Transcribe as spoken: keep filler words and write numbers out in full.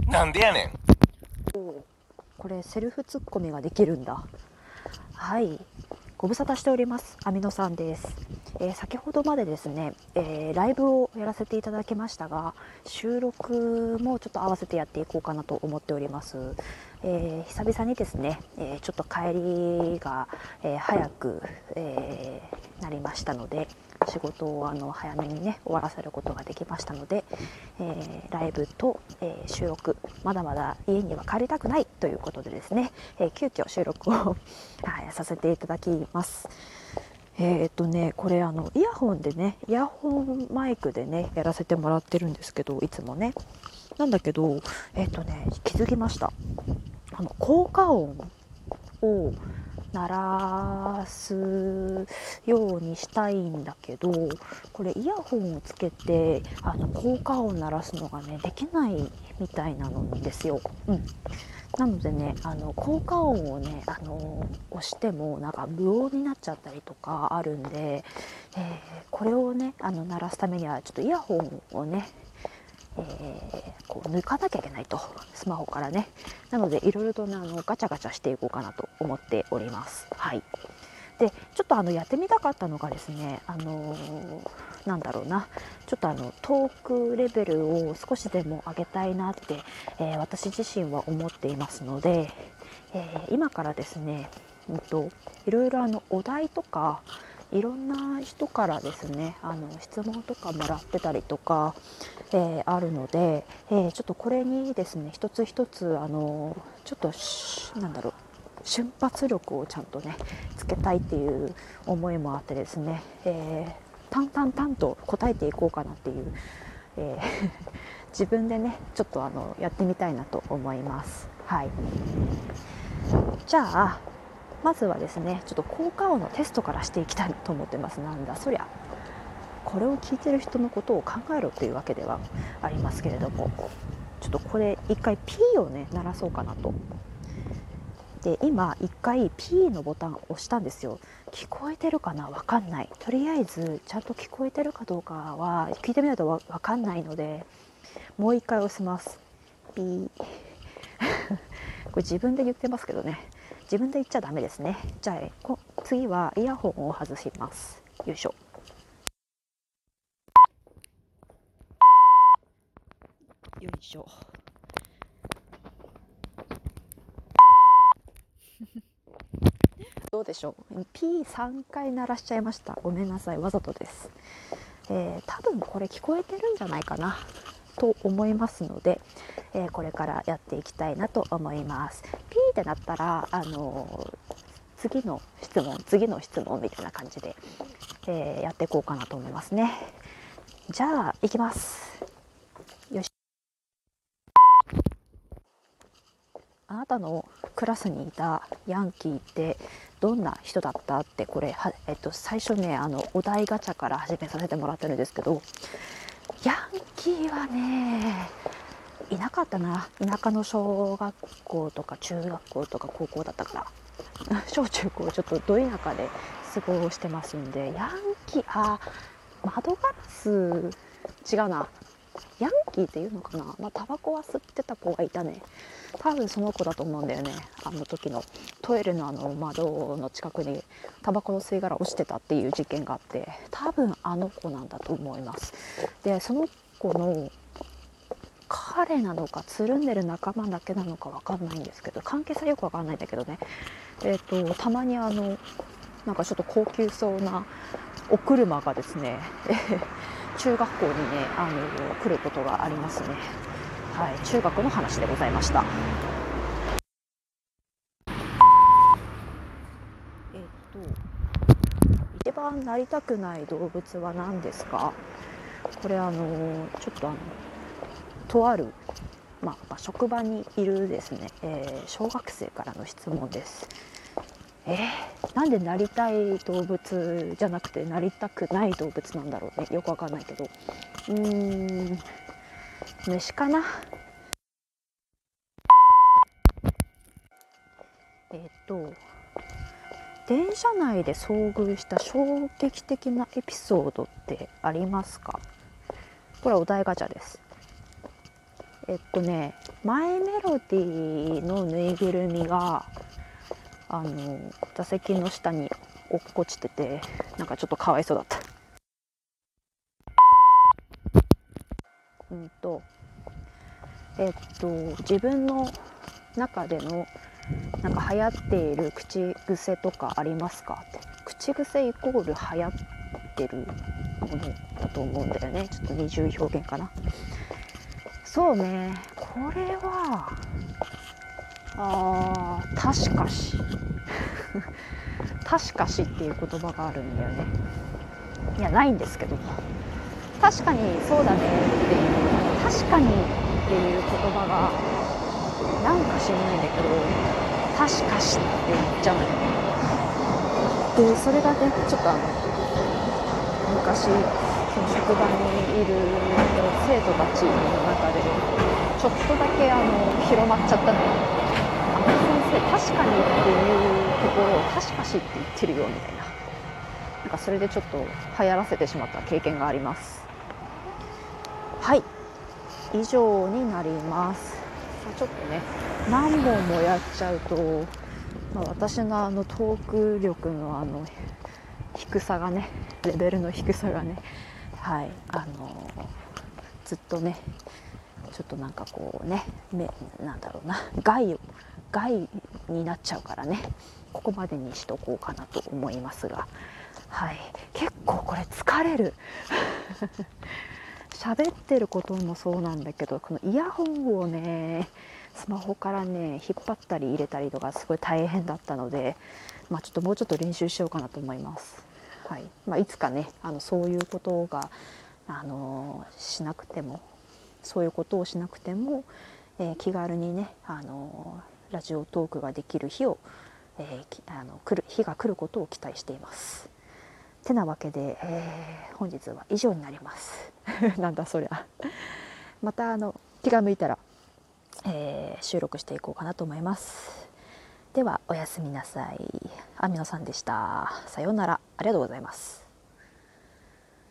なんでやねん。 これセルフツッコミができるんだ。はい、ご無沙汰しておりますアミノさんです。えー、先ほどまでですね、えー、ライブをやらせていただきましたが、収録もちょっと合わせてやっていこうかなと思っております。えー、久々にですね、えー、ちょっと帰りが、えー、早く、えー、なりましたので、仕事をあの早めにね終わらせることができましたので、えー、ライブと、えー、収録、まだまだ家には帰りたくないということでですね、えー、急遽収録をはい、させていただきます。えーっとねこれあのイヤホンでねイヤホンマイクでねやらせてもらってるんですけど、いつもねなんだけど、えーっとね気づきました。あの効果音を鳴らすようにしたいんだけど、これイヤホンをつけてあの効果音鳴らすのがねできないみたいなのですよ。うん、なのでね、あの効果音をね、あの押してもなんか無音になっちゃったりとかあるんで、えーこれをねあの鳴らすためにはちょっとイヤホンをね、えーこう抜かなきゃいけないと、スマホからね。なのでいろいろと、ね、あのガチャガチャしていこうかなと思っております。はい。でちょっとあのやってみたかったのがですね、あのーなんだろうな、ちょっとあのトークレベルを少しでも上げたいなって、えー私自身は思っていますので、えー今からですね、うんと、いろいろあのお題とかいろんな人からですね、あの質問とかもらってたりとか、えーあるので、えーちょっとこれにですね一つ一つあのちょっとなんだろう、瞬発力をちゃんとねつけたいっていう思いもあってですね、えー、淡々淡と答えていこうかなっていう、えー自分でねちょっとあのやってみたいなと思います。はい、じゃあまずはですねちょっと効果音のテストからしていきたいと思ってます。なんだそりゃ、これを聞いてる人のことを考えろというわけではありますけれども、ちょっとこれ一回 P をね鳴らそうかなと。で今一回 P のボタンを押したんですよ。聞こえてるかな、わかんない。とりあえずちゃんと聞こえてるかどうかは聞いてみないとわかんないので、もう一回押します。 P これ自分で言ってますけどね、自分で言っちゃダメですね。じゃあこ次はイヤホンを外します。よいしょ。よいしょ。どうでしょう。 ピーさん 回鳴らしちゃいました。ごめんなさい、わざとです。えー、多分これ聞こえてるんじゃないかなと思いますので、えーこれからやっていきたいなと思います。 P ってなったら、あのー次の質問次の質問みたいな感じで、えーやっていこうかなと思いますね。じゃあいきます。よし。あなたのクラスにいたヤンキーってどんな人だったって、これは、えっと、最初ねあのお題ガチャから始めさせてもらってるんですけど、ヤンキーはねいなかったな。田舎の小学校とか中学校とか高校だったから小中高ちょっとど田舎で過ごしてますんで、ヤンキー、あ窓ガラス、違うな、ヤンキーっていうのかな、まあタバコは吸ってた子がいたね。多分その子だと思うんだよね。あの時のトイレのあの窓の近くにタバコの吸い殻落ちてたっていう事件があって、多分あの子なんだと思います。でその子の彼なのかつるんでる仲間だけなのか分かんないんですけど、関係性よく分かんないんだけどね、えー、とたまにあのなんかちょっと高級そうなお車がですね中学校にねあの来ることがありますね。はい、中学の話でございました。えっ、と一番なりたくない動物は何ですか。これあのちょっとあのとある、まあ、職場にいるですね、えー小学生からの質問です。えー、なんでなりたい動物じゃなくてなりたくない動物なんだろうね。よくわかんないけど、うーん虫かな。えっ、と電車内で遭遇した衝撃的なエピソードってありますか。これはお題ガチャです。 えっとねマイメロディのぬいぐるみがあの座席の下に落っこちてて、なんかちょっとかわいそうだった。うんとえっと自分の中でのなんか流行っている口癖とかありますかって。口癖イコール流行ってるものだと思うんだよね。ちょっと二重表現かな。そうね、これはあー確かし確かしっていう言葉があるんだよね。いやないんですけど、確かにそうだねっていう、確かにっていう言葉がなんか知んないんだけど、確かしって言っちゃうのよ。でそれがねちょっとあの昔その職場にいる生徒たちの中でちょっとだけあの広まっちゃったのよ。あの先生確かにっていうところを確かしって言ってるよみたいな、なんかそれでちょっと流行らせてしまった経験があります。はい、以上になります。ちょっとね何本もやっちゃうと、まあ、私のあのトーク力のあの低さがね、レベルの低さがね、はい、あのずっとねちょっとなんかこうね、めなんだろうな、害を害になっちゃうからね、ここまでにしとこうかなと思いますが、はい、結構これ疲れる喋ってることもそうなんだけど、このイヤホンをねスマホからね引っ張ったり入れたりとかすごい大変だったので、まあ、ちょっともうちょっと練習しようかなと思います。はい、まあ、いつかねあのそういうことがあのしなくてもそういうことをしなくても、えー、気軽にねあのラジオトークができる日を、えー、あの来る日が来ることを期待しています。てなわけで、えー、本日は以上になりますなんだそりゃまたあの気が向いたら、えー、収録していこうかなと思います。ではおやすみなさい。アミノさんでした。さようなら。ありがとうございます。